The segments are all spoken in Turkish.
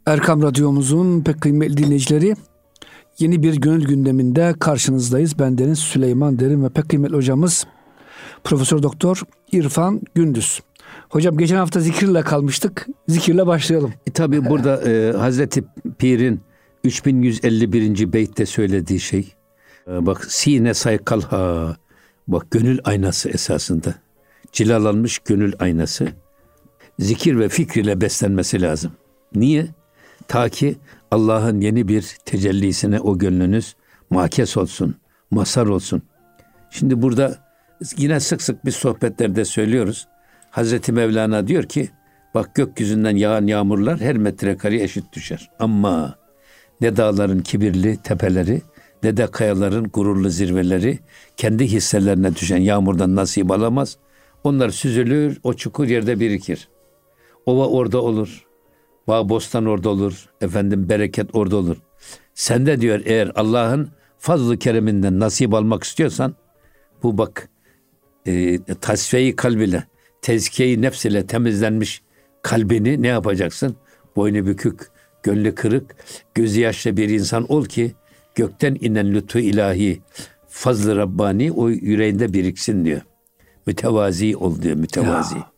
Erkam Radyomuzun pek kıymetli dinleyicileri, yeni bir gönül gündeminde karşınızdayız. Bendeniz Süleyman Derin ve pek kıymetli hocamız Profesör Doktor İrfan Gündüz. Hocam geçen hafta zikirle kalmıştık. Zikirle başlayalım. Tabii burada Hazreti Pir'in 3151. beytte söylediği şey. Bak sine saykalha. Bak gönül aynası esasında. Cilalanmış gönül aynası. Zikir ve fikir ile beslenmesi lazım. Niye? Ta ki Allah'ın yeni bir tecellisine o gönlünüz makes olsun, mazhar olsun. Şimdi burada yine sık sık biz sohbetlerde söylüyoruz. Hazreti Mevlana diyor ki, bak gökyüzünden yağan yağmurlar her metrekareye eşit düşer. Ama ne dağların kibirli tepeleri, ne de kayaların gururlu zirveleri kendi hisselerine düşen yağmurdan nasip alamaz. Onlar süzülür, o çukur yerde birikir. Ova orada olur. Bağ bostan orada olur. Bereket orada olur. Sen de diyor eğer Allah'ın fazl-ı kereminden nasip almak istiyorsan, bu bak tasfiye-i kalb ile, tezkiye-i nefs ile temizlenmiş kalbini ne yapacaksın? Boynu bükük, gönlü kırık, gözü yaşlı bir insan ol ki gökten inen lütfu ilahi, fazl-ı Rabbani o yüreğinde biriksin diyor. Mütevazi ol diyor, mütevazi. Ya.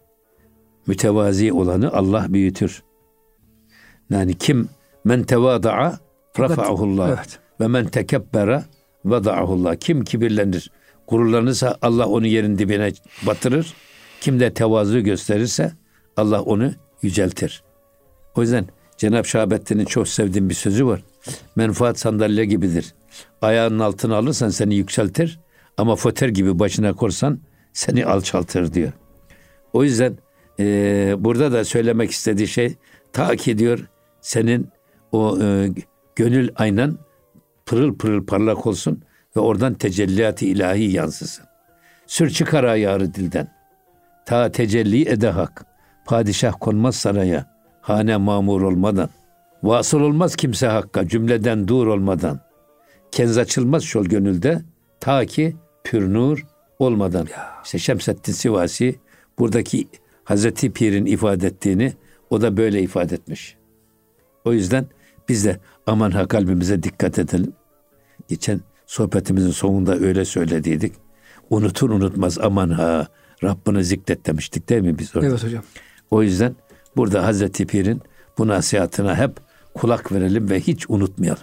Mütevazi olanı Allah büyütür. Yani kim men tevada'a rafa'ahullah, evet. Ve men tekebbera vada'ahullah. Kim kibirlenir, gururlanırsa Allah onu yerin dibine batırır. Kim de tevazu gösterirse Allah onu yüceltir. O yüzden Cenab-ı Şahabettin'in çok sevdiğim bir sözü var. Menfaat sandalye gibidir. Ayağının altına alırsan seni yükseltir ama foter gibi başına korsan seni alçaltır diyor. O yüzden burada da söylemek istediği şey, ta ki diyor senin o gönül aynan pırıl pırıl parlak olsun ve oradan tecelliyat-ı ilahi yansısın. Sür çıkar ayarı dilden. Ta tecelli ede hak. Padişah konmaz saraya. Hane mamur olmadan. Vasıl olmaz kimse hakka cümleden dur olmadan. Kenz açılmaz şol gönülde. Ta ki pür nur olmadan. İşte Şemseddin Sivasi buradaki Hazreti Pir'in ifade ettiğini o da böyle ifade etmiş. O yüzden biz de aman ha kalbimize dikkat edelim. Geçen sohbetimizin sonunda öyle söylediydik. Unutur unutmaz aman ha Rabbini zikret demiştik değil mi biz orada? Evet hocam. O yüzden burada Hazreti Pir'in bu nasihatına hep kulak verelim ve hiç unutmayalım.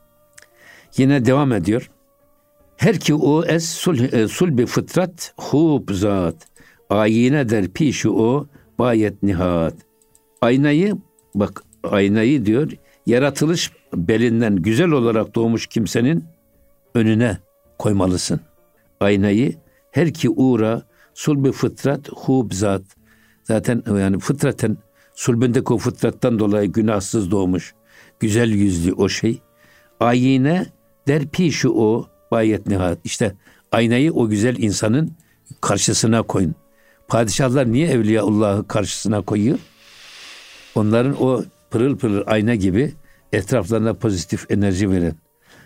Yine devam ediyor. Her ki o sulbi fıtrat hub zat. Ayine der pişi o bayet nihat. Aynayı diyor yaratılış belinden güzel olarak doğmuş kimsenin önüne koymalısın. Aynayı her ki uğra sulbi fıtrat hub zat. Zaten yani fıtraten sulbündeki o fıtrattan dolayı günahsız doğmuş güzel yüzlü o şey. Ayine der pişi o bayet nihat. İşte aynayı o güzel insanın karşısına koyun. Padişahlar niye Evliyaullah'ı karşısına koyuyor? Onların o pırıl pırıl ayna gibi etraflarına pozitif enerji veren,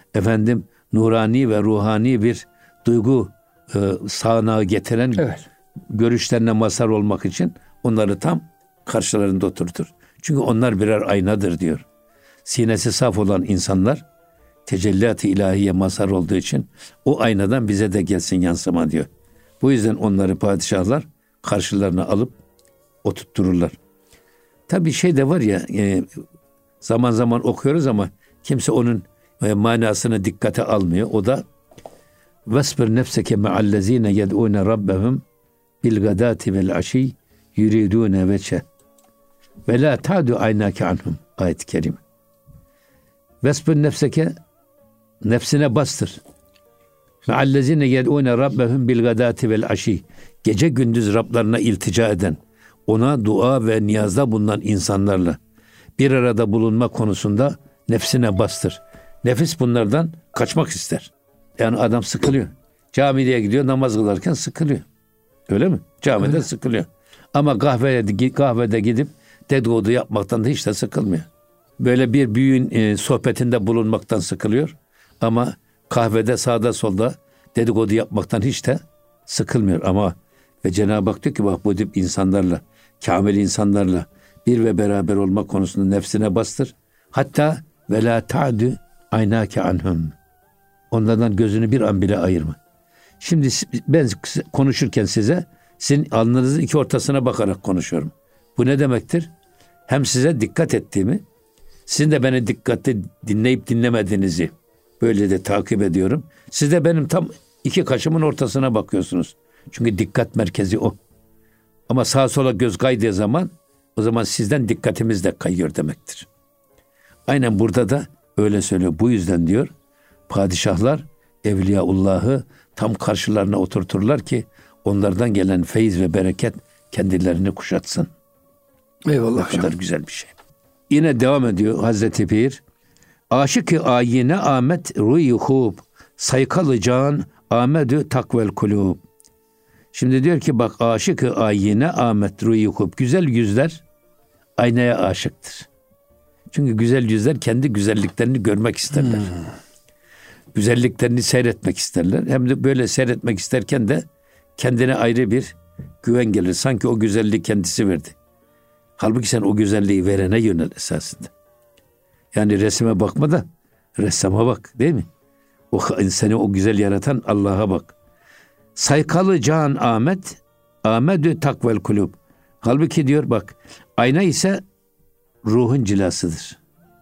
nurani ve ruhani bir duygu sağanağı getiren, evet, görüşlerine mazhar olmak için onları tam karşılarında oturtur. Çünkü onlar birer aynadır diyor. Sinesi saf olan insanlar tecelliyat-ı ilahiye mazhar olduğu için o aynadan bize de gelsin yansıma diyor. Bu yüzden onları padişahlar karşılarına alıp oturttururlar. Tabii şey de var ya, zaman zaman okuyoruz ama kimse onun manasını dikkate almıyor. O da vesbir nefseke me'allezine yed'une rabbehum bil gadati vel aşi yuridune veçe ve la ta'du aynake anhum. Ayet-i kerime. Vesbir nefseke, nefsine bastır. Me'allezine yed'une rabbehum bil gadati vel aşi. Gece gündüz Rablarına iltica eden, ona dua ve niyazda bulunan insanlarla bir arada bulunma konusunda nefsine bastır. Nefis bunlardan kaçmak ister. Yani adam sıkılıyor. Camiye gidiyor, namaz kılarken sıkılıyor. Öyle mi? Camide öyle sıkılıyor. Ama kahvede gidip dedikodu yapmaktan da hiç de sıkılmıyor. Böyle bir büyüğün sohbetinde bulunmaktan sıkılıyor. Ama kahvede sağda solda dedikodu yapmaktan hiç de sıkılmıyor. Ama ve Cenab-ı Hak diyor ki bak bu tip insanlarla, kamil insanlarla bir ve beraber olma konusunda nefsine bastır. Hatta ve la ta'du aynake anhum. Onlardan gözünü bir an bile ayırma. Şimdi ben konuşurken size sizin alnınızın iki ortasına bakarak konuşuyorum. Bu ne demektir? Hem size dikkat ettiğimi, sizin de beni dikkatli dinleyip dinlemediğinizi böyle de takip ediyorum. Siz de benim tam iki kaşımın ortasına bakıyorsunuz. Çünkü dikkat merkezi o. Ama sağa sola göz kaydığı zaman o zaman sizden dikkatimiz de kayıyor demektir. Aynen burada da öyle söylüyor. Bu yüzden diyor padişahlar Evliyaullah'ı tam karşılarına oturturlar ki onlardan gelen feyiz ve bereket kendilerini kuşatsın. Eyvallah. Ne kadar güzel bir şey. Yine devam ediyor Hazreti Pir. Aşık-ı ayine Ahmet ruy-i hub, saykalı can Ahmedü takvel kulub. Şimdi diyor ki bak aşık-ı ayine Ahmet ruy-i hub. Güzel yüzler aynaya aşıktır. Çünkü güzel yüzler kendi güzelliklerini görmek isterler. Güzelliklerini seyretmek isterler. Hem de böyle seyretmek isterken de kendine ayrı bir güven gelir. Sanki o güzelliği kendisi verdi. Halbuki sen o güzelliği verene yönel esasında. Yani resme bakma da ressama bak değil mi? O seni o güzel yaratan Allah'a bak. Saykalı can Ahmet, Ahmedü takvel kulub. Halbuki diyor bak ayna ise ruhun cilasıdır.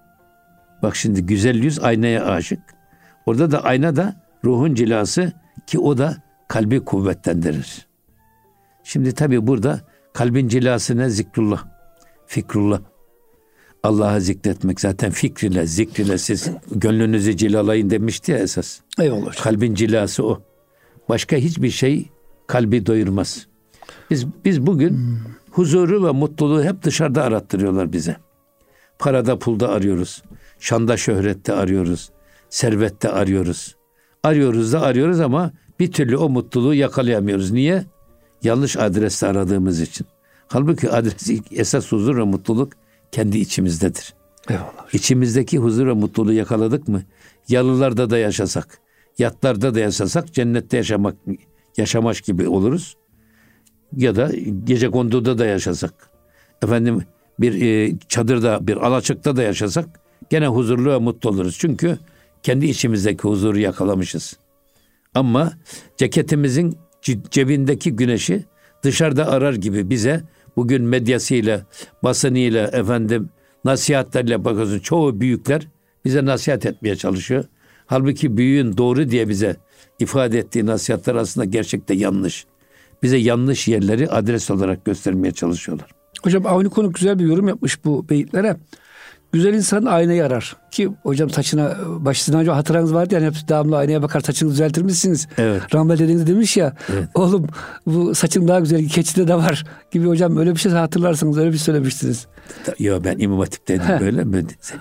Bak şimdi güzel yüz aynaya aşık. Orada da ayna da ruhun cilası ki o da kalbi kuvvetlendirir. Şimdi tabii burada kalbin cilası ne? Zikrullah, fikrullah. Allah'ı zikretmek zaten fikriyle, zikriyle siz gönlünüzü cilalayın demişti ya esas. Eyvallah. Kalbin cilası o. Başka hiçbir şey kalbi doyurmaz. Biz bugün huzuru ve mutluluğu hep dışarıda arattırıyorlar bize. Parada pulda arıyoruz. Şanda şöhrette arıyoruz. Servette arıyoruz. Arıyoruz ama bir türlü o mutluluğu yakalayamıyoruz. Niye? Yanlış adreste aradığımız için. Halbuki esas huzur ve mutluluk kendi içimizdedir. Eyvallah. İçimizdeki huzur ve mutluluğu yakaladık mı? Yalılarda da yaşasak, yatlarda da yaşasak cennette yaşamak gibi oluruz. Ya da gecekonduda da yaşasak. Efendim bir çadırda, bir alaçıkta da yaşasak gene huzurlu ve mutlu oluruz. Çünkü kendi içimizdeki huzuru yakalamışız. Ama ceketimizin cebindeki güneşi dışarıda arar gibi bize bugün medyasıyla, basınıyla, nasihatlerle bakıyorsun. Çoğu büyükler bize nasihat etmeye çalışıyor. Halbuki büyüğün doğru diye bize ifade ettiği nasihatler aslında gerçekte yanlış. Bize yanlış yerleri adres olarak göstermeye çalışıyorlar. Hocam Avni Konuk güzel bir yorum yapmış bu beyitlere. Güzel insan aynayı arar. Ki hocam saçına başından önce hatıranız vardı yani hep devamlı aynaya bakar saçını düzeltir misiniz? Evet. Rahmet dediğiniz demiş ya evet. Oğlum bu saçın daha güzel keçide de var gibi hocam öyle bir şey hatırlarsınız öyle bir söylemiştiniz. Yo ben İmam Hatip'teydim böyle mi?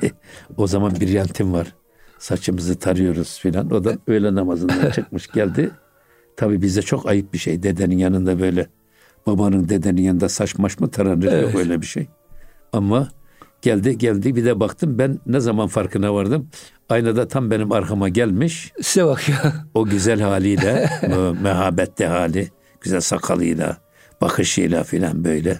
O zaman bir yantim var. Saçımızı tarıyoruz filan. O da öğle namazından çıkmış geldi. Tabii bizde çok ayıp bir şey. Dedenin yanında böyle babanın dedenin yanında saç maş mı taranır? Evet. Yok öyle bir şey. Ama geldi bir de baktım ben ne zaman farkına vardım. Aynada tam benim arkama gelmiş. Size bak ya. O güzel haliyle, mehabetli hali, güzel sakalıyla, bakışıyla filan böyle.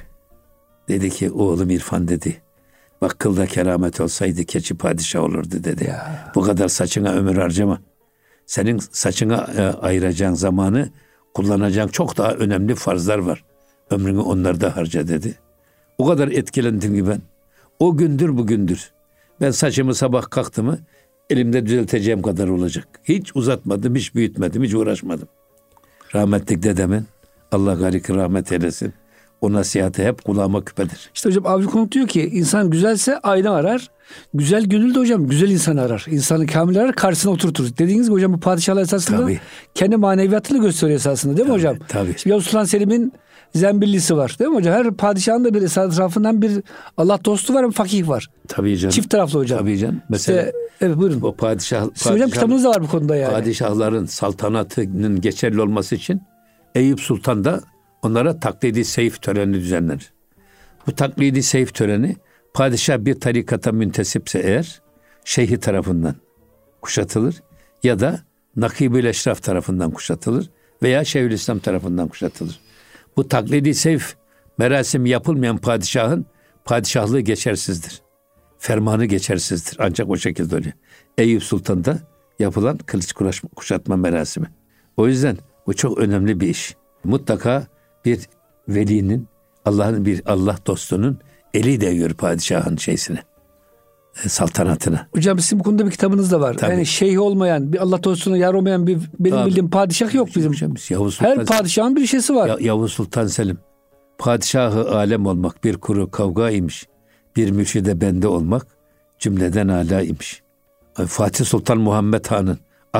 Dedi ki oğlum İrfan dedi. Bak kılda keramet olsaydı keçi padişah olurdu dedi. Ya. Bu kadar saçına ömür harcama. Senin saçına ayıracağın zamanı kullanacağın çok daha önemli farzlar var. Ömrünü onlarda harca dedi. O kadar etkilendim ki ben. O gündür bugündür. Ben saçımı sabah kalktı mı elimde düzelteceğim kadar olacak. Hiç uzatmadım, hiç büyütmedim, hiç uğraşmadım. Rahmetlik dedemin Allah garik rahmet eylesin. O nasihati hep kulağıma küpedir. İşte hocam Avni Konuk diyor ki insan güzelse ayna arar. Güzel gönül de hocam güzel insan arar. İnsanı kamil arar karşısına oturtur. Dediğiniz gibi hocam bu padişahlar esasında tabii. Kendi maneviyatını gösteriyor esasında değil mi hocam? Tabii. Şimdi Yavuz Sultan Selim'in zembillisi var değil mi hocam? Her padişahın da bir etrafından bir Allah dostu var, bir fakih var. Tabii canım. Çift taraflı hocam. Tabii canım. Mesela işte, evet buyurun. O hocam kitabınız da var bu konuda yani. Padişahların saltanatının geçerli olması için Eyüp Sultan da onlara taklidi seyf töreni düzenlenir. Bu taklidi seyf töreni padişah bir tarikata müntesipse eğer şeyhi tarafından kuşatılır ya da Nakib-ül Eşraf tarafından kuşatılır veya Şeyhülislam tarafından kuşatılır. Bu taklidi seyf merasim yapılmayan padişahın padişahlığı geçersizdir. Fermanı geçersizdir. Ancak o şekilde oluyor. Eyüp Sultan'da yapılan kılıç kuşatma merasimi. O yüzden bu çok önemli bir iş. Mutlaka bir velinin, bir Allah dostunun eli değiyor padişahın şeysine, saltanatına. Hocam sizin bu konuda bir kitabınız da var. Tabii. Yani şeyh olmayan, bir Allah dostuna yar olmayan benim bildiğim padişah yok bizim. Yavuz Sultan, her padişahın bir şeysi var. Yavuz Sultan Selim. Padişahı alem olmak bir kuru kavga imiş. Bir mürşide bende olmak cümleden âlâ imiş. Fatih Sultan Muhammed Han'ın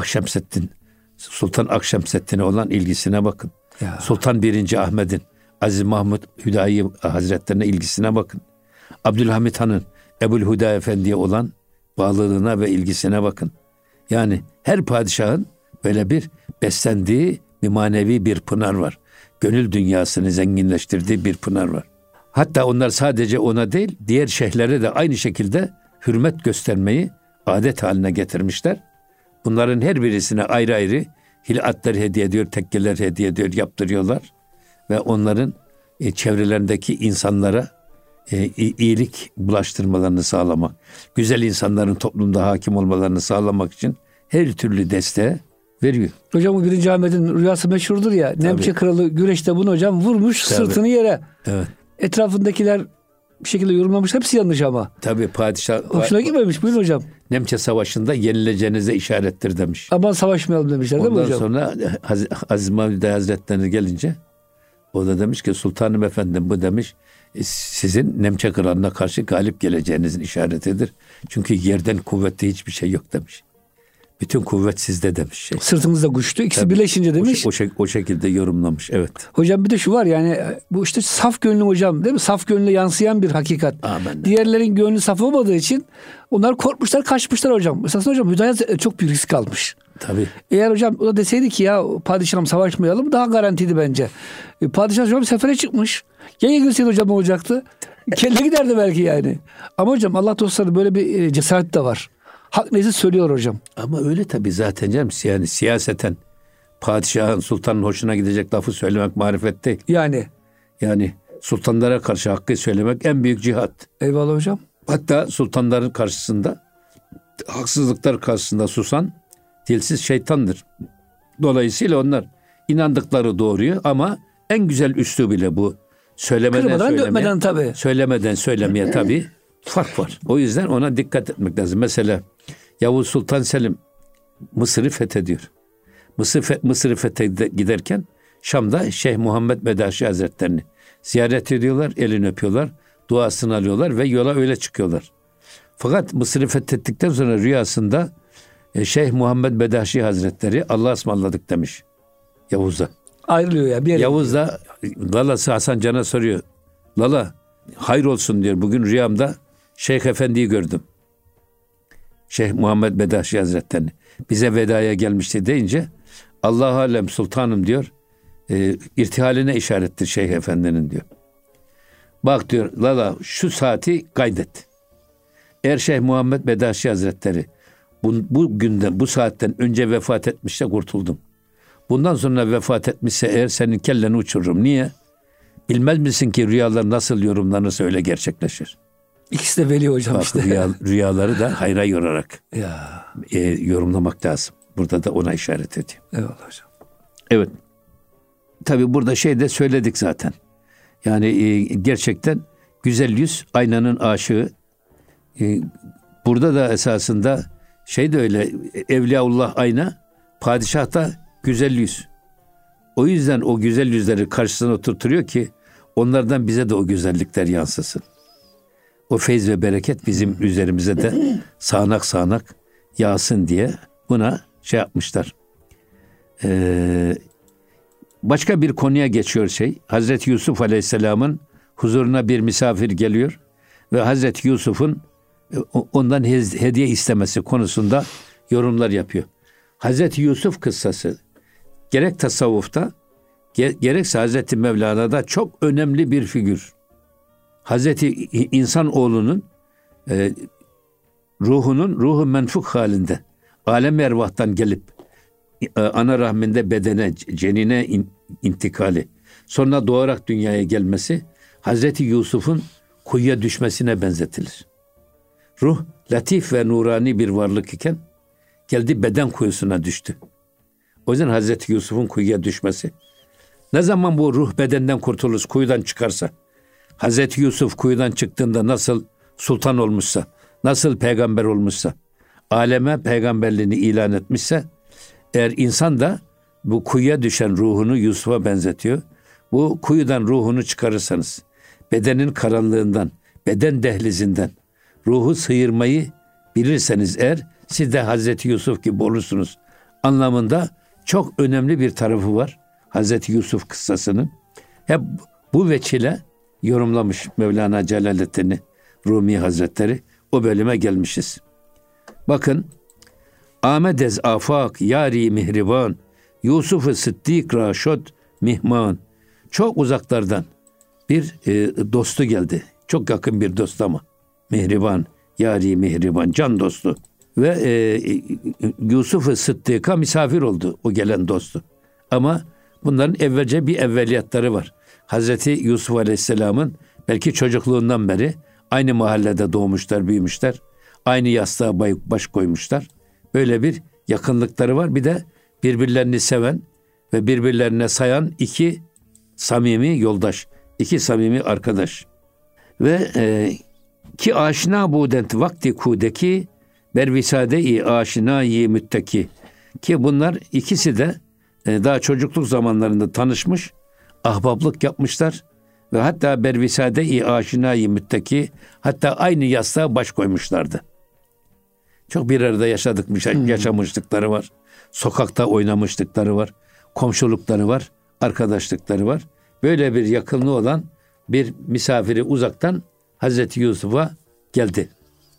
Sultan Akşemseddin'e olan ilgisine bakın. Ya. Sultan 1. Ahmet'in Aziz Mahmud Hüdayi Hazretlerine ilgisine bakın. Abdülhamit Han'ın Ebu'l-Huda Efendi'ye olan bağlılığına ve ilgisine bakın. Yani her padişahın böyle bir beslendiği bir manevi bir pınar var. Gönül dünyasını zenginleştirdiği bir pınar var. Hatta onlar sadece ona değil, diğer şeyhlere de aynı şekilde hürmet göstermeyi adet haline getirmişler. Bunların her birisine ayrı ayrı hilatlar hediye ediyor, tekkeler hediye ediyor, yaptırıyorlar. Ve onların çevrelerindeki insanlara iyilik bulaştırmalarını sağlamak, güzel insanların toplumda hakim olmalarını sağlamak için her türlü desteği veriyor. Hocam bu 1. Ahmet'in rüyası meşhurdur ya. Tabii. Nemçe Kralı güreşte bunu hocam vurmuş sırtını yere. Evet. Etrafındakiler bir şekilde yorumlamış. Hepsi yanlış ama. Tabii padişah. Hoşuna gitmemiş. Buyurun hocam. Nemçe Savaşı'nda yenileceğinize işarettir demiş. Aman savaşmayalım demişler değil mi hocam? Ondan sonra Aziz Mahmud Hazretleri gelince o da demiş ki sultanım efendim bu demiş sizin Nemçe Kralı'na karşı galip geleceğinizin işaretidir. Çünkü yerden kuvvetli hiçbir şey yok demiş. Bütün kuvvet sizde demiş. Sırtınızda güçlü. İkisi tabii, birleşince demiş. O şekilde yorumlamış. Evet. Hocam bir de şu var yani bu işte saf gönlü hocam değil mi? Saf gönlüne yansıyan bir hakikat. Amen. Diğerlerin gönlü saf olmadığı için onlar korkmuşlar, kaçmışlar hocam. Esasında hocam Hüdayet çok büyük risk almış. Tabii. Eğer hocam o da deseydi ki ya padişahım savaşmayalım daha garantiydi bence. Padişah hocam sefere çıkmış. Ya yenilseydi hocam olacaktı? Kelle giderdi belki yani. Ama hocam Allah dostları böyle bir cesaret de var. Hak neyse söylüyor hocam. Ama öyle tabii zaten canım. Yani siyaseten padişahın, sultanın hoşuna gidecek lafı söylemek marifet değil. Yani sultanlara karşı hakkı söylemek en büyük cihat. Eyvallah hocam. Hatta sultanların karşısında, haksızlıklar karşısında susan dilsiz şeytandır. Dolayısıyla onlar inandıkları doğruyu ama en güzel üslubuyla bu söylemeden söylemeye tabii fark var. O yüzden ona dikkat etmek lazım. Mesela Yavuz Sultan Selim Mısır'ı fethediyor. Mısır'ı fethe giderken Şam'da Şeyh Muhammed Bedaşi Hazretlerini ziyaret ediyorlar, elini öpüyorlar, duasını alıyorlar ve yola öyle çıkıyorlar. Fakat Mısır'ı fethettikten sonra rüyasında Şeyh Muhammed Bedaşi Hazretleri Allah'a ısmarladık demiş Yavuz'a. Ayrılıyor ya. Bir yere Yavuz da Lalası Hasan Can'a soruyor. Lala hayır olsun diyor. Bugün rüyamda Şeyh Efendi'yi gördüm. Şeyh Muhammed Bedaşi Hazretlerini. Bize vedaya gelmişti deyince Allah alem sultanım diyor. İrtihaline işarettir Şeyh Efendi'nin diyor. Bak diyor Lala şu saati kaydet. Eğer Şeyh Muhammed Bedaşi Hazretleri bu günden bu saatten önce vefat etmişse kurtuldum. Bundan sonra vefat etmişse eğer senin kelleni uçururum. Niye? Bilmez misin ki rüyalar nasıl yorumlanırsa öyle gerçekleşir. İkisi de veli hocam. Bak, işte. Rüyaları da hayra yorarak ya. Yorumlamak lazım. Burada da ona işaret ediyor. Eyvallah hocam. Evet. Tabii burada de söyledik zaten. Yani gerçekten güzel yüz aynanın aşığı. Burada da esasında de öyle Evliyaullah ayna, padişah da güzel yüz. O yüzden o güzel yüzleri karşısına oturtuyor ki onlardan bize de o güzellikler yansısın. O feyz ve bereket bizim üzerimize de sağanak yağsın diye buna yapmışlar. Başka bir konuya geçiyor Hazreti Yusuf Aleyhisselam'ın huzuruna bir misafir geliyor ve Hazreti Yusuf'un ondan hediye istemesi konusunda yorumlar yapıyor. Hazreti Yusuf kıssası gerek tasavvufta gerekse Hazreti Mevlana'da çok önemli bir figür. Hazreti insanoğlunun ruhu menfuk halinde alem ervahtan gelip ana rahminde bedene, cenine intikali, sonra doğarak dünyaya gelmesi Hazreti Yusuf'un kuyuya düşmesine benzetilir. Ruh latif ve nurani bir varlık iken geldi beden kuyusuna düştü. O yüzden Hazreti Yusuf'un kuyuya düşmesi. Ne zaman bu ruh bedenden kurtulur, kuyudan çıkarsa, Hazreti Yusuf kuyudan çıktığında nasıl sultan olmuşsa, nasıl peygamber olmuşsa, aleme peygamberliğini ilan etmişse, eğer insan da bu kuyuya düşen ruhunu Yusuf'a benzetiyor. Bu kuyudan ruhunu çıkarırsanız, bedenin karanlığından, beden dehlizinden ruhu sıyırmayı bilirseniz eğer, siz de Hazreti Yusuf gibi olursunuz anlamında çok önemli bir tarafı var Hazreti Yusuf kıssasının. Hep bu veçile yorumlamış Mevlana Celaleddin Rumi Hazretleri. O bölüme gelmişiz. Bakın, Ahmedez afak yari mihriban, Yusuf-ı Sıddık Raşod mihman. Çok uzaklardan bir dostu geldi. Çok yakın bir dost ama. Mihriban, yari mihriban, can dostu. Ve Yusuf-ı Sıddık'a misafir oldu o gelen dostu. Ama bunların evvelce bir evveliyatları var. Hazreti Yusuf Aleyhisselam'ın belki çocukluğundan beri aynı mahallede doğmuşlar, büyümüşler. Aynı yastığa baş koymuşlar. Böyle bir yakınlıkları var. Bir de birbirlerini seven ve birbirlerine sayan iki samimi yoldaş, iki samimi arkadaş. Ve ki aşina budent vakti kudeki bervisade-i aşina-i mütteki. Ki bunlar ikisi de daha çocukluk zamanlarında tanışmış, ahbaplık yapmışlar ve hatta bervisade-i aşina-i mütteki, hatta aynı yastığa baş koymuşlardı. Çok bir arada yaşamışlıkları var. Sokakta oynamışlıkları var. Komşulukları var. Arkadaşlıkları var. Böyle bir yakınlığı olan bir misafiri uzaktan Hazreti Yusuf'a geldi.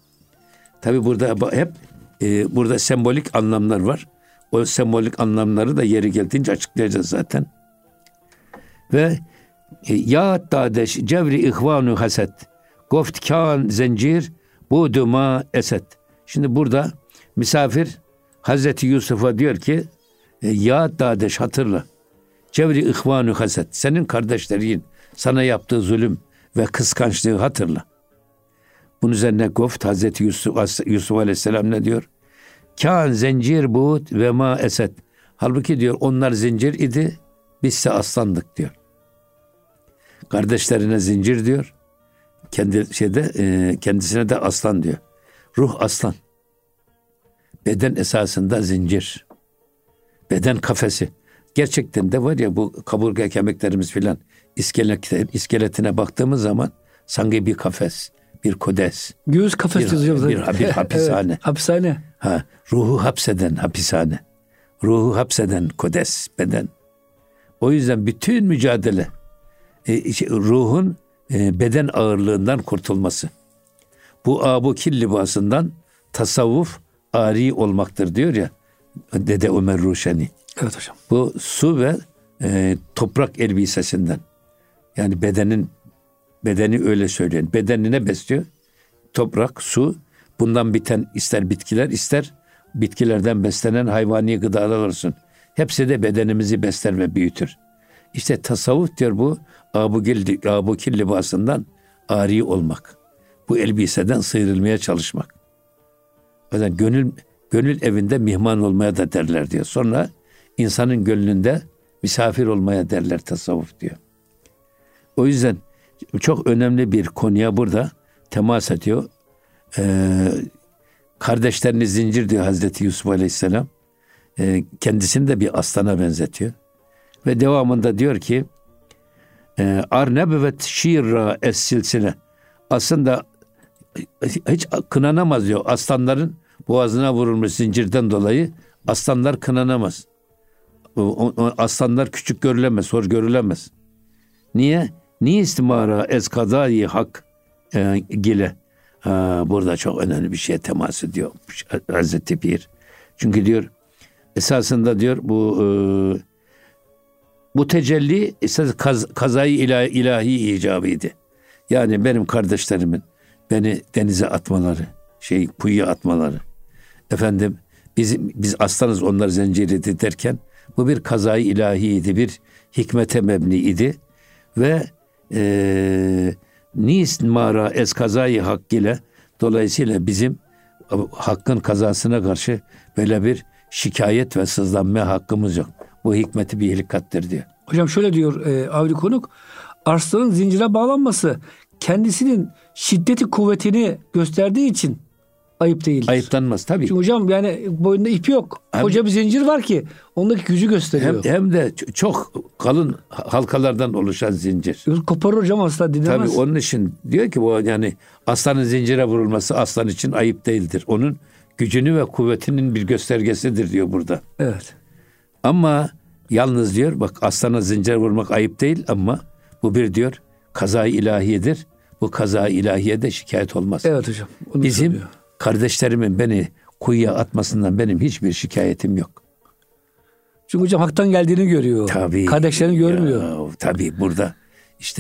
Tabi burada hep burada sembolik anlamlar var. O sembolik anlamları da yeri geldiğince açıklayacağız zaten. Ve ya dadeş cevri ihvanu haset goft kan zencir buduma eset. Şimdi burada misafir Hazreti Yusuf'a diyor ki ya dadeş hatırla. Cevri ihvanu haset. Senin kardeşlerin sana yaptığı zulüm ve kıskançlığı hatırla. Bunun üzerine Goft Hazreti Yusuf Aleyhisselam ne diyor? Kân zencir buğut ve ma eset. Halbuki diyor onlar zincir idi, bizse aslandık diyor. Kardeşlerine zincir diyor. Kendisine de aslan diyor. Ruh aslan. Beden esasında zincir. Beden kafesi. Gerçekten de var ya bu kaburga kemiklerimiz filan iskeletine baktığımız zaman sanki bir kafes, bir kodes. Göğüs kafes yazıyor. Bir hapishane. Evet, hapishane. Ruhu hapseden hapishane. Ruhu hapseden kodes, beden. O yüzden bütün mücadele ruhun beden ağırlığından kurtulması. Bu abukil libasından tasavvuf ari olmaktır diyor ya Dede Ömer Ruşeni. Evet hocam. Bu su ve toprak elbisesinden. Yani bedeni öyle söyleyen. Bedenine besliyor. Toprak, su. Bundan biten ister bitkiler, ister bitkilerden beslenen hayvani gıdalar olsun. Hepsi de bedenimizi besler ve büyütür. İşte tasavvuf diyor bu abukil libasından ari olmak. Bu elbiseden sıyrılmaya çalışmak. O yüzden gönül evinde mihman olmaya da derler diyor. Sonra insanın gönlünde misafir olmaya derler tasavvuf diyor. O yüzden çok önemli bir konuya burada temas ediyor. Kardeşlerini zincir diyor Hazreti Yusuf Aleyhisselam. Kendisini de bir aslana benzetiyor. Ve devamında diyor ki Arnebüvet şiirra es silsile. Aslında hiç kınanamaz diyor. Aslanların boğazına vurulmuş zincirden dolayı aslanlar kınanamaz. Aslanlar küçük görülemez, hor görülemez. Niye? Niye istimara ez kazayı hak gile? Burada çok önemli bir şeye temas ediyor Hazreti Pir. Çünkü diyor esasında diyor bu tecelli esas kazayı ilahi icabıydı. Yani benim kardeşlerimin beni denize atmaları, kuyuya atmaları. Efendim biz aslanız onlar zinciriydi derken bu bir kazayı ilahiydi, bir hikmete mebniydi ve Nis mara ez kazayı hak ile, dolayısıyla bizim hakkın kazasına karşı böyle bir şikayet ve sızlanma hakkımız yok. Bu hikmeti bir hilkattir diyor. Hocam şöyle diyor Avni Konuk, arslanın zincire bağlanması kendisinin şiddeti kuvvetini gösterdiği için ayıp değildir. Ayıplanmaz tabii. Çünkü hocam yani boynunda ipi yok. Koca bir zincir var ki ondaki gücü gösteriyor. Hem de çok kalın halkalardan oluşan zincir. Koparır hocam asla, dinlemez. Tabii onun için diyor ki bu, yani aslanın zincire vurulması aslan için ayıp değildir. Onun gücünü ve kuvvetinin bir göstergesidir diyor burada. Evet. Ama yalnız diyor, bak aslana zincire vurmak ayıp değil ama bu bir diyor kaza-i ilahiyedir. Bu kaza-i ilahiyede şikayet olmaz. Evet hocam. Bizim söylüyor. kardeşlerimin beni kuyuya atmasından benim hiçbir şikayetim yok. Çünkü hocam haktan geldiğini görüyor. Tabii. Kardeşlerini görmüyor. Ya, tabii burada işte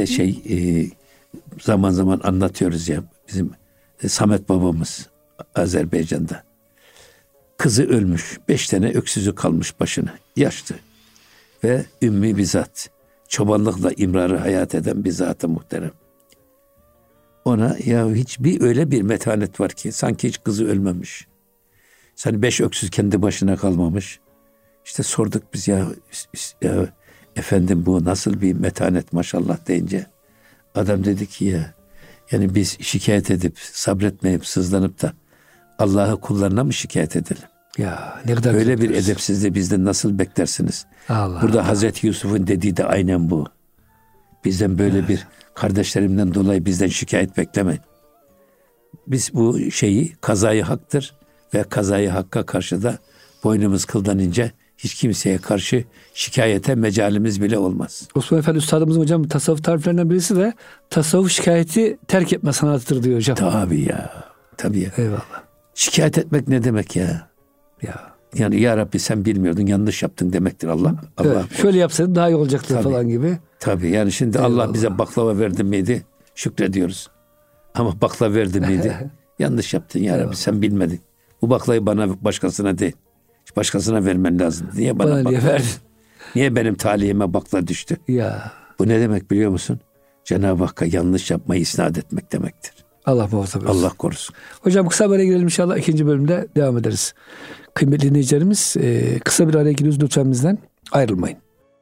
zaman zaman anlatıyoruz ya, bizim Samet babamız Azerbaycan'da. Kızı ölmüş. 5 tane öksüzü kalmış başına. Yaşlı. Ve ümmi bir zat. Çobanlıkla imrarı hayat eden bir zat-ı muhterem. Ona ya hiçbir öyle bir metanet var ki sanki hiç kızı ölmemiş. Sen 5 öksüz kendi başına kalmamış. İşte sorduk biz ya efendim bu nasıl bir metanet maşallah deyince adam dedi ki ya yani biz şikayet edip sabretmeyip sızlanıp da Allah'ı kullarına mı şikayet edelim? Ya ne kadar böyle bir edepsizliği bizden nasıl beklersiniz? Allah Burada Allah. Hazreti Yusuf'un dediği de aynen bu. Bizden böyle bir kardeşlerimden dolayı bizden şikayet beklemeyin. Biz bu şeyi kazayı haktır ve kazayı hakka karşı da boynumuz kıldan ince, hiç kimseye karşı şikayete mecalimiz bile olmaz. Osman Efendi Üstadımızın hocam tasavvuf tariflerinden birisi de tasavvuf şikayeti terk etme sanatıdır diyor hocam. Tabii ya. Tabii ya. Eyvallah. Şikayet etmek ne demek ya? Ya. Yani ya Rabbi sen bilmiyordun, yanlış yaptın demektir Allah. Evet, şöyle yapsaydın daha iyi olacaktı Tabii. falan gibi. Tabii yani şimdi Eyvallah. Allah bize baklava verdi miydi? Şükrediyoruz. Ama baklava verdi miydi? Yanlış yaptın ya Rabbi, sen bilmedin. Bu baklayı bana başkasına değil. Başkasına vermen lazım. Niye bana niye bakla? verdin? Niye benim talihime bakla düştü? Ya. Bu ne demek biliyor musun? Cenab-ı Hakk'a yanlış yapmayı isnat etmek demektir. Allah muhafaza buyursun. Allah korusun. Hocam kısa bir araya girelim inşallah. İkinci bölümde devam ederiz. Kıymetli dinleyicilerimiz kısa bir araya giriyoruz. Lütfen bizden ayrılmayın.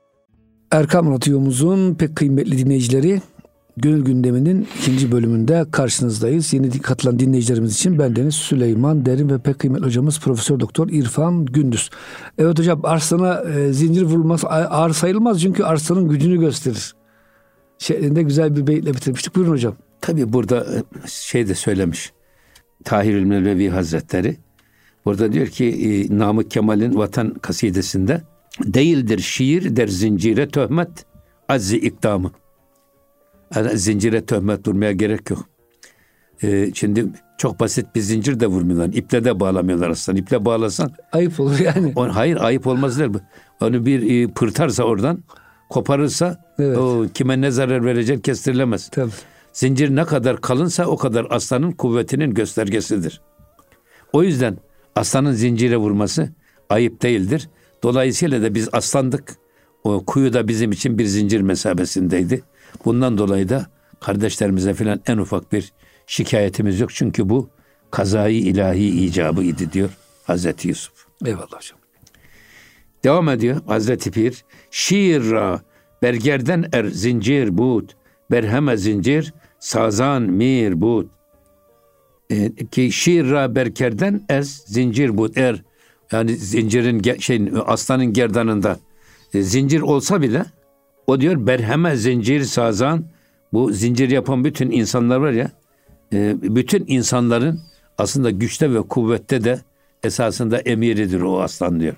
Erkam Radyo'muzun pek kıymetli dinleyicileri, Gönül Gündemi'nin ikinci bölümünde karşınızdayız. Yeni katılan dinleyicilerimiz için bendeniz Süleyman Derin ve pek kıymetli hocamız Profesör Doktor İrfan Gündüz. Evet hocam, arslana zincir vurulması ağır sayılmaz çünkü arslanın gücünü gösterir şeklinde güzel bir beyitle bitirmiştik. Buyurun hocam. Tabii burada şey de söylemiş Tahirül Mevlevi Hazretleri. Burada diyor ki Namık Kemal'in Vatan kasidesinde değildir şiir der zincire töhmet azzi ikdamı. Yani zincire töhmet durmaya gerek yok. Şimdi çok basit bir zincir de vurmuyorlar. İple de bağlamıyorlar aslında. İple bağlasan Ayıp olur yani. Hayır, ayıp olmaz der. Onu bir pırtarsa oradan, koparırsa Evet. o kime ne zarar verecek kestirilemez. Tabii. Zincir ne kadar kalınsa o kadar aslanın kuvvetinin göstergesidir. O yüzden aslanın zincire vurması ayıp değildir. Dolayısıyla da biz aslandık. O kuyu da bizim için bir zincir mesabesindeydi. Bundan dolayı da kardeşlerimize filan en ufak bir şikayetimiz yok. Çünkü bu kazayı ilahi icabı idi diyor Hazreti Yusuf. Eyvallah hocam. Devam ediyor Hazreti Pir. Şiirra bergerden er zincir bud. Berheme zincir sazan mir bud. Ki şiirra berkerden ez zincir bud. Yani zincirin aslanın gerdanında zincir olsa bile o diyor berheme zincir sazan, bu zincir yapan bütün insanlar var ya, bütün insanların aslında güçte ve kuvvette de esasında emiridir o aslan diyor.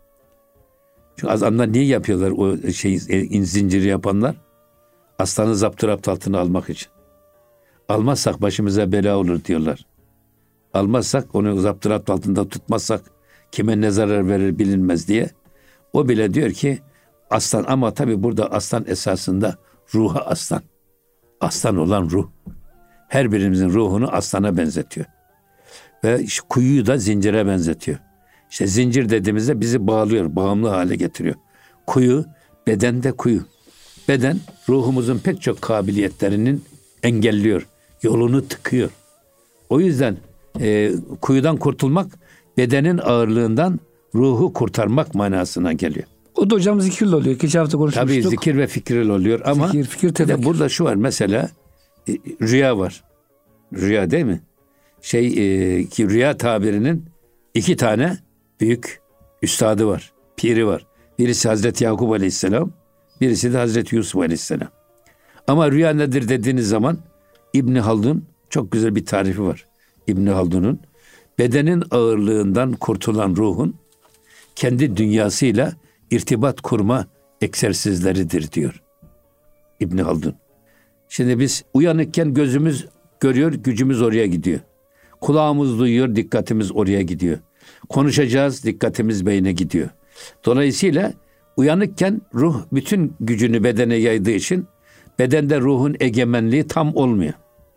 Çünkü aslanlar niye yapıyorlar o zinciri yapanlar? Aslanı zapturapt altına almak için. Almazsak başımıza bela olur diyorlar. Almazsak, onu zapturapt altında tutmazsak kime ne zarar verir bilinmez diye. O bile diyor ki aslan, ama tabii burada aslan esasında ruha aslan. Aslan olan ruh. Her birimizin ruhunu aslana benzetiyor. Ve kuyuyu da zincire benzetiyor. İşte zincir dediğimizde bizi bağlıyor, bağımlı hale getiriyor. Kuyu, bedende kuyu. Beden, ruhumuzun pek çok kabiliyetlerinin engelliyor. Yolunu tıkıyor. O yüzden kuyudan kurtulmak bedenin ağırlığından ruhu kurtarmak manasına geliyor. O da hocam zikirle oluyor. Geçen hafta konuşmuştuk. Tabii zikir ve fikirle oluyor ama fikir, tefekkür. Burada şu var mesela rüya var. Rüya değil mi? Ki rüya tabirinin 2 tane büyük üstadı var. Piri var. Birisi Hazreti Yakup Aleyhisselam, birisi de Hazreti Yusuf Aleyhisselam. Ama rüya nedir dediğiniz zaman İbn Haldun çok güzel bir tarifi var. İbn Haldun'un bedenin ağırlığından kurtulan ruhun kendi dünyasıyla irtibat kurma egzersizleridir diyor İbn Haldun. Şimdi biz uyanıkken gözümüz görüyor, gücümüz oraya gidiyor. Kulağımız duyuyor, dikkatimiz oraya gidiyor. Konuşacağız, dikkatimiz beyne gidiyor. Dolayısıyla uyanıkken ruh bütün gücünü bedene yaydığı için bedende ruhun egemenliği tam olmuyor.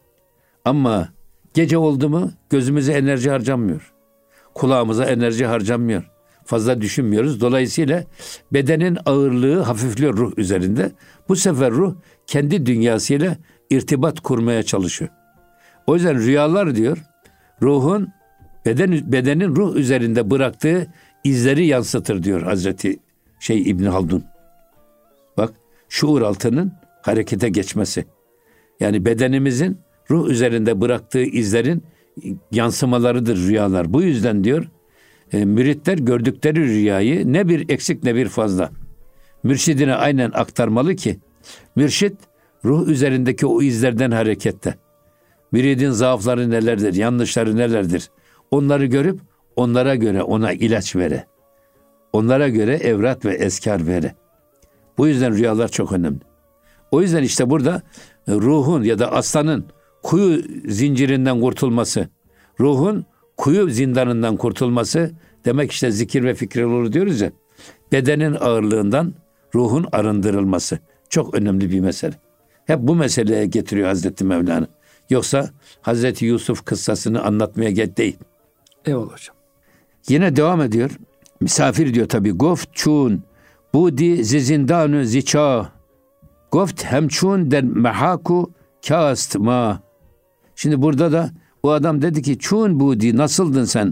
Ama gece oldu mu gözümüze enerji harcanmıyor. Kulağımıza enerji harcanmıyor. Fazla düşünmüyoruz. Dolayısıyla bedenin ağırlığı hafifliyor ruh üzerinde. Bu sefer ruh kendi dünyasıyla irtibat kurmaya çalışıyor. O yüzden rüyalar diyor, ruhun bedenin ruh üzerinde bıraktığı izleri yansıtır diyor Hazreti İbn Haldun. Bak, şuur altının harekete geçmesi. Yani bedenimizin ruh üzerinde bıraktığı izlerin yansımalarıdır rüyalar. Bu yüzden diyor müritler gördükleri rüyayı ne bir eksik ne bir fazla mürşidine aynen aktarmalı ki mürşid ruh üzerindeki o izlerden harekette. Müridin zaafları nelerdir, yanlışları nelerdir? Onları görüp onlara göre ona ilaç vere. Onlara göre evrat ve eskar vere. Bu yüzden rüyalar çok önemli. O yüzden işte burada ruhun ya da aslanın kuyu zincirinden kurtulması, ruhun kuyu zindanından kurtulması demek işte zikir ve fikir olur diyoruz ya. Bedenin ağırlığından ruhun arındırılması. Çok önemli bir mesele. Hep bu meseleye getiriyor Hazreti Mevlana. Yoksa Hazreti Yusuf kıssasını anlatmaya değil. Eyvallah hocam. Yine devam ediyor. Misafir diyor tabii. Goft çun budi zizindanu ziça. Goft hemçun der mehaku kast ma. Şimdi burada da o adam dedi ki çun budi nasıldın sen?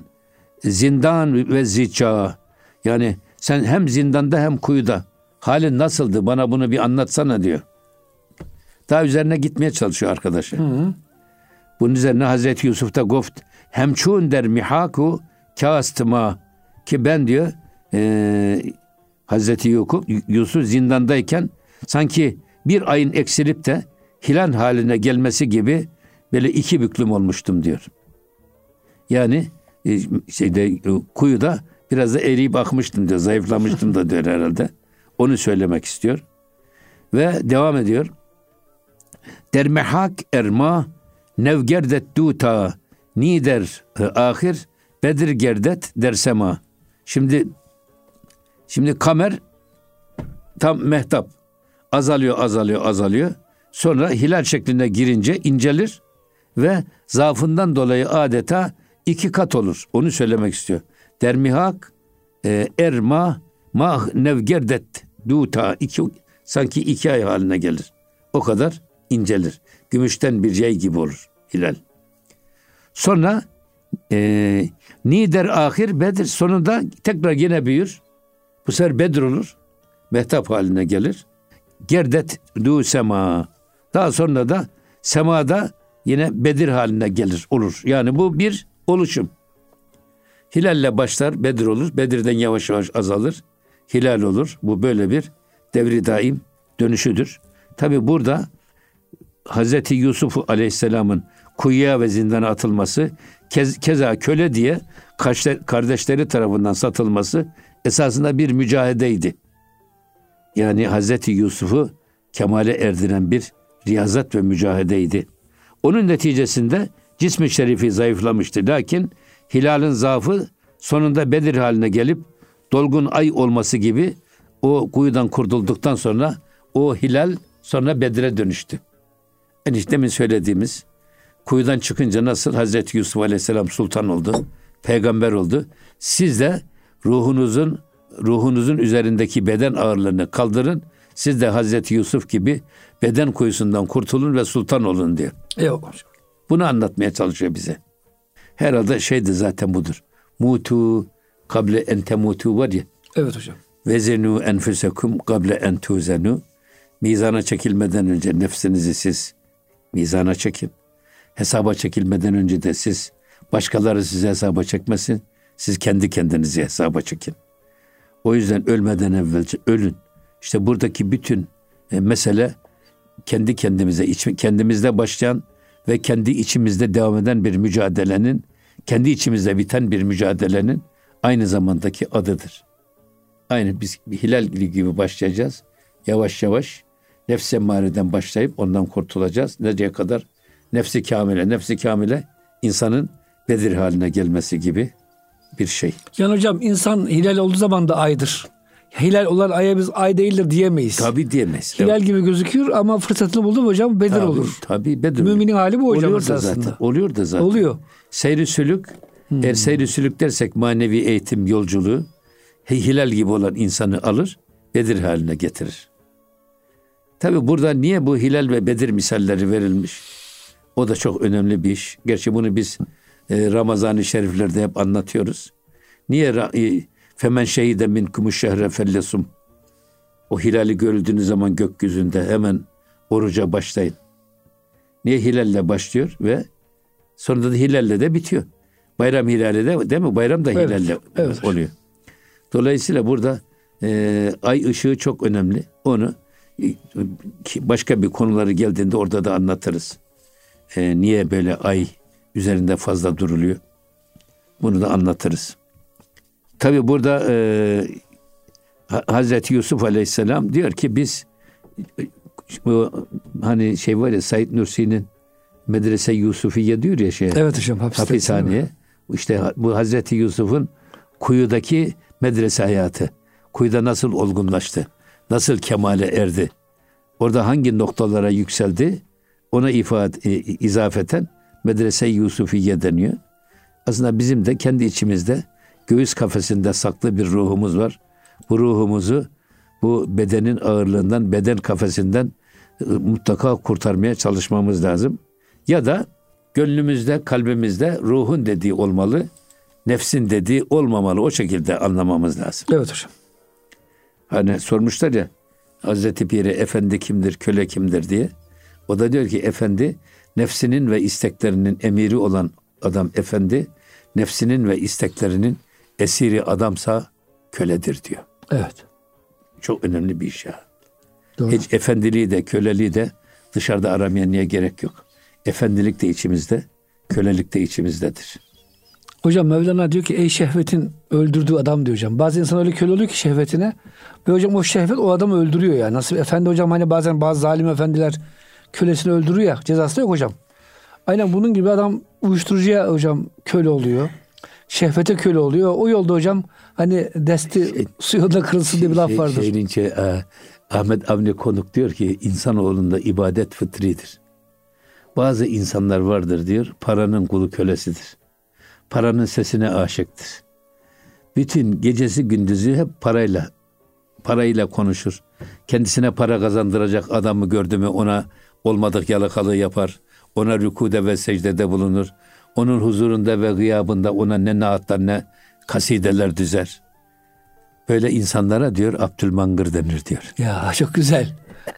Zindan ve ziça. Yani sen hem zindanda hem kuyuda. Halin nasıldı? Bana bunu bir anlatsana diyor. Daha üzerine gitmeye çalışıyor arkadaşı. Bunun üzerine Hazreti Yusuf da goft hemçun der mihaku kastıma ki ben diyor Hazreti Yusuf zindandayken sanki bir ayın eksilip de hilal haline gelmesi böyle 2 büklüm olmuştum diyor. Yani kuyuda biraz da eriyip akmıştım diyor. Zayıflamıştım da diyor herhalde. Onu söylemek istiyor. Ve devam ediyor. Dermehak erma nevgerdet duta nider ahir bedir gerdet dersema. Şimdi kamer tam mehtap azalıyor. Sonra hilal şeklinde girince incelir ve zaafından dolayı adeta 2 kat olur. Onu söylemek istiyor. Dermihak erma mah nevgerdet duta sanki 2 ay haline gelir. O kadar incelir. Gümüşten bir yay gibi olur hilal. Sonra nider ahir bedir sonunda tekrar yine büyür. Bu sefer Bedir olur. Mehtap haline gelir. Gerdet du sema. Daha sonra da semada yine Bedir haline olur. Yani bu bir oluşum. Hilalle başlar, Bedir olur. Bedir'den yavaş yavaş azalır. Hilal olur. Bu böyle bir devri daim dönüşüdür. Tabi burada Hazreti Yusuf Aleyhisselam'ın kuyuya ve zindana atılması, keza köle diye kardeşleri tarafından satılması esasında bir mücahedeydi. Yani Hazreti Yusuf'u kemale erdiren bir riyazat ve mücahedeydi. Onun neticesinde cismi şerifi zayıflamıştı. Lakin hilalin zaafı sonunda Bedir haline gelip dolgun ay olması gibi o kuyudan kurtulduktan sonra o hilal sonra Bedir'e dönüştü. İşte demin söylediğimiz kuyudan çıkınca nasıl Hazreti Yusuf Aleyhisselam sultan oldu, peygamber oldu. Siz de ruhunuzun üzerindeki beden ağırlığını kaldırın. Siz de Hazreti Yusuf gibi beden kuyusundan kurtulun ve sultan olun diyor. Eyvallah hocam. Bunu anlatmaya çalışıyor bize. Herhalde şeydi zaten budur. Mutu kable en temutu var ya. Evet hocam. Vezenu enfusekum kable en tuzenu. Mizana çekilmeden önce nefsinizi siz mizana çekin. Hesaba çekilmeden önce de siz başkaları sizi hesaba çekmesin. Siz kendi kendinizi hesaba çekin. O yüzden ölmeden evvelce ölün. İşte buradaki bütün mesele kendi kendimize, kendimizde başlayan ve kendi içimizde devam eden bir mücadelenin, kendi içimizde biten bir mücadelenin aynı zamandaki adıdır. Aynı biz bir hilal gibi başlayacağız. Yavaş yavaş nefs-i emmareden başlayıp ondan kurtulacağız. Nereye kadar? Nefs-i kamile. Nefs-i kamile insanın Bedir haline gelmesi gibi bir şey. Yani hocam insan hilal olduğu zaman da aydır. Hilal olan aya biz ay değildir diyemeyiz. Tabii diyemeyiz. Hilal gibi gözüküyor ama fırsatını buldu mu hocam Bedir olur. Tabii Bedir. Müminin hali bu hocam oluyor da aslında. zaten. Oluyor da zaten. Oluyor. Seyri sülük, eğer seyri sülük dersek manevi eğitim yolculuğu hilal gibi olan insanı alır, Bedir haline getirir. Tabii burada niye bu hilal ve Bedir misalleri verilmiş? O da çok önemli bir iş. Gerçi bunu biz Ramazan-ı Şeriflerde hep anlatıyoruz. Niye femen şehide minkumuş şehre fellesum? O hilali görüldüğünüz zaman gökyüzünde hemen oruca başlayın. Niye hilalle başlıyor ve sonra da hilalle de bitiyor. Bayram hilali de değil mi? Bayram da hilalle oluyor. Dolayısıyla burada ay ışığı çok önemli. Onu başka bir konuları geldiğinde orada da anlatırız. Niye böyle ay üzerinde fazla duruluyor? Bunu da anlatırız. Tabi burada Hazreti Yusuf Aleyhisselam diyor ki biz bu hani şey var ya Said Nursi'nin Medrese Yusufiye diyor ya evet hocam hapishaneye. İşte bu Hazreti Yusuf'un kuyudaki medrese hayatı. Kuyuda nasıl olgunlaştı? Nasıl kemale erdi? Orada hangi noktalara yükseldi? Ona izafeten Medrese Yusufiye deniyor. Aslında bizim de kendi içimizde göğüs kafesinde saklı bir ruhumuz var. Bu ruhumuzu bu bedenin ağırlığından, beden kafesinden mutlaka kurtarmaya çalışmamız lazım. Ya da gönlümüzde, kalbimizde ruhun dediği olmalı, nefsin dediği olmamalı. O şekilde anlamamız lazım. Evet hocam. Hani sormuşlar ya Hazreti Piri efendi kimdir, köle kimdir diye. O da diyor ki efendi nefsinin ve isteklerinin emiri olan adam efendi, nefsinin ve isteklerinin esiri adamsa köledir diyor. Evet. Çok önemli bir iş ya. Doğru. Hiç efendiliği de köleliği de dışarıda aramaya niye gerek yok. Efendilik de içimizde, kölelik de içimizdedir. Hocam Mevlana diyor ki ey şehvetin öldürdüğü adam diyor hocam. Bazı insan öyle köle oluyor ki şehvetine ve hocam o şehvet o adamı öldürüyor ya. Nasıl efendi hocam hani bazen bazı zalim efendiler kölesini öldürüyor ya, cezası yok hocam. Aynen bunun gibi adam uyuşturucuya hocam köle oluyor. Şehvete köle oluyor. O yolda hocam hani desti suyunda kırılsın diye bir laf vardır. Ahmet Avni Konuk diyor ki insanoğlunda ibadet fıtridir. Bazı insanlar vardır diyor paranın kulu kölesidir. Paranın sesine aşıktır. Bütün gecesi gündüzü hep parayla konuşur. Kendisine para kazandıracak adamı gördü mü ona olmadık yalakalığı yapar. Ona rükude ve secdede bulunur. Onun huzurunda ve gıyabında ona ne naatlar ne kasideler düzer. Böyle insanlara diyor Abdülmangır denir diyor. Ya çok güzel.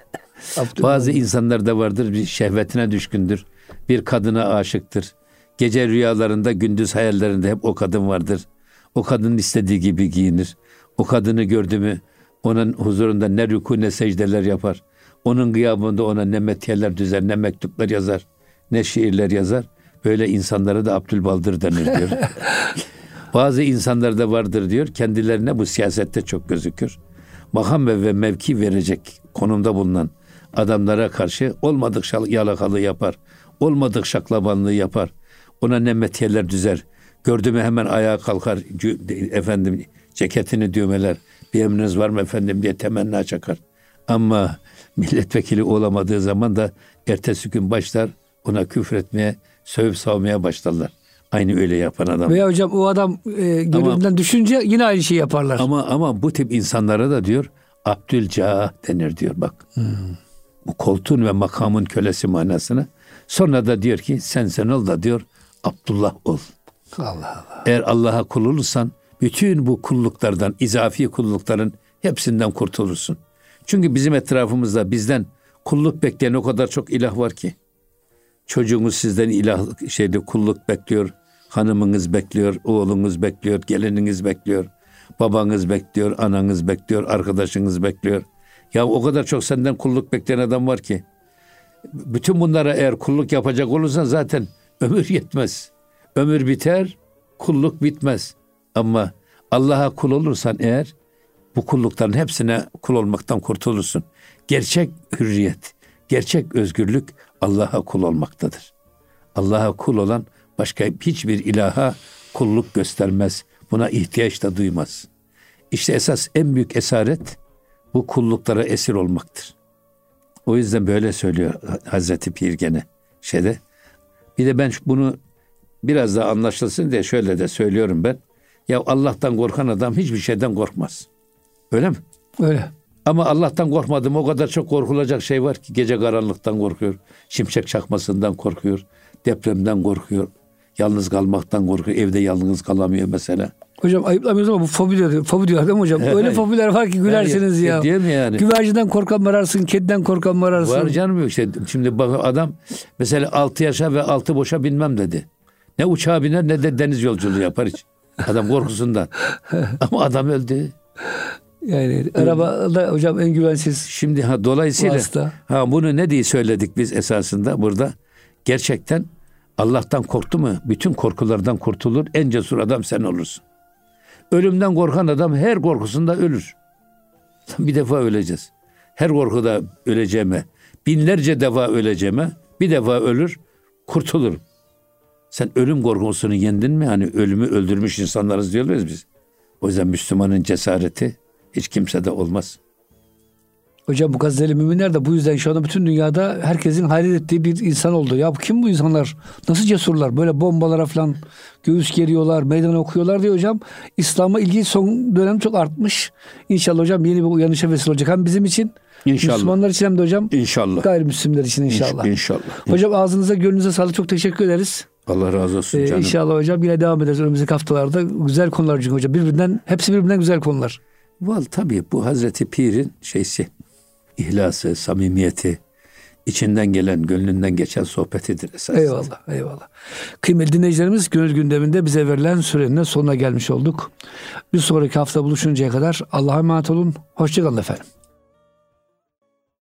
Bazı insanlar da vardır bir şehvetine düşkündür. Bir kadına aşıktır. Gece rüyalarında gündüz hayallerinde hep o kadın vardır. O kadının istediği gibi giyinir. O kadını gördü mü onun huzurunda ne rükû ne secdeler yapar. Onun gıyabında ona ne metiyeler düzer, ne mektuplar yazar, ne şiirler yazar. Böyle insanlara da Abdülbaldır denir diyor. Bazı insanlar da vardır diyor. Kendilerine bu siyasette çok gözükür. Makam ve mevki verecek konumda bulunan adamlara karşı olmadık yalakalığı yapar. Olmadık şaklabanlığı yapar. Ona ne metiyeler düzer. Gördü mü hemen ayağa kalkar. Efendim ceketini düğmeler. Bir emriniz var mı efendim diye temenna çakar. Ama milletvekili olamadığı zaman da ertesi gün başlar ona küfretmeye, sövüp savmaya başlarlar. Aynı öyle yapan adam. Veya hocam o adam görevden düşünce yine aynı şeyi yaparlar. Ama bu tip insanlara da diyor Abdülcah denir diyor bak. Bu koltuğun ve makamın kölesi manasına. Sonra da diyor ki sen ol da diyor Abdullah ol. Allah Allah. Eğer Allah'a kul olursan bütün bu kulluklardan, izafi kullukların hepsinden kurtulursun. Çünkü bizim etrafımızda bizden kulluk bekleyen o kadar çok ilah var ki. Çocuğunuz sizden kulluk bekliyor, hanımınız bekliyor, oğlunuz bekliyor, gelininiz bekliyor, babanız bekliyor, ananız bekliyor, arkadaşınız bekliyor. Ya o kadar çok senden kulluk bekleyen adam var ki. Bütün bunlara eğer kulluk yapacak olursan zaten ömür yetmez. Ömür biter, kulluk bitmez. Ama Allah'a kul olursan eğer bu kullukların hepsine kul olmaktan kurtulursun. Gerçek hürriyet, gerçek özgürlük Allah'a kul olmaktadır. Allah'a kul olan başka hiçbir ilaha kulluk göstermez. Buna ihtiyaç da duymaz. İşte esas en büyük esaret bu kulluklara esir olmaktır. O yüzden böyle söylüyor Hazreti Pir gene şeyde. Bir de ben bunu biraz daha anlaşılsın diye şöyle de söylüyorum ben. Ya Allah'tan korkan adam hiçbir şeyden korkmaz. Öyle mi? Öyle. Ama Allah'tan korkmadım o kadar çok korkulacak şey var ki. Gece karanlıktan korkuyor. Şimşek çakmasından korkuyor. Depremden korkuyor. Yalnız kalmaktan korkuyor. Evde yalnız kalamıyor mesela. Hocam ayıplamıyoruz ama bu fobi diyor değil mi hocam? Öyle fobiler var ki gülersiniz ya. Değil mi yani? Güvercinden korkan mı ararsın, kediden korkan mı ararsın? Var canım yok işte. Şimdi bak adam mesela 6 yaşa ve 6 boşa binmem dedi. Ne uçağa biner ne de deniz yolculuğu yapar hiç. Adam korkusundan. Ama adam öldü. Yani arabada hocam en güvensiz. Şimdi dolayısıyla bunu ne diye söyledik biz esasında burada? Gerçekten Allah'tan korktu mu bütün korkulardan kurtulur. En cesur adam sen olursun. Ölümden korkan adam her korkusunda ölür. Bir defa öleceğiz. Her korkuda öleceğime, binlerce defa öleceğime bir defa ölür, kurtulurum. Sen ölüm korkusunu yendin mi? Hani ölümü öldürmüş insanlarız diyoruz biz. O yüzden Müslümanın cesareti hiç kimsede olmaz. Hocam bu Gazze'li müminler de bu yüzden şu anda bütün dünyada herkesin hayret ettiği bir insan oldu. Ya kim bu insanlar? Nasıl cesurlar? Böyle bombalara falan göğüs geriyorlar, meydan okuyorlar diyor hocam. İslam'a ilgi son dönem çok artmış. İnşallah hocam yeni bir uyanışa vesile olacak. Hem bizim için, İnşallah. Müslümanlar için hem de hocam İnşallah. Gayrimüslimler için inşallah. İnşallah. Hocam ağzınıza gönlünüze sağlık. Çok teşekkür ederiz. Allah razı olsun canım. İnşallah hocam yine devam ederiz önümüzdeki haftalarda. Güzel konular çünkü hocam. Hepsi birbirinden güzel konular. Tabii bu Hazreti Pir'in ihlası, samimiyeti, içinden gelen, gönlünden geçen sohbetidir esasında. Eyvallah. Kıymetli dinleyicilerimiz, Gönül Gündemi'nde bize verilen sürenin sonuna gelmiş olduk. Bir sonraki hafta buluşuncaya kadar Allah'a emanet olun. Hoşça kalın efendim.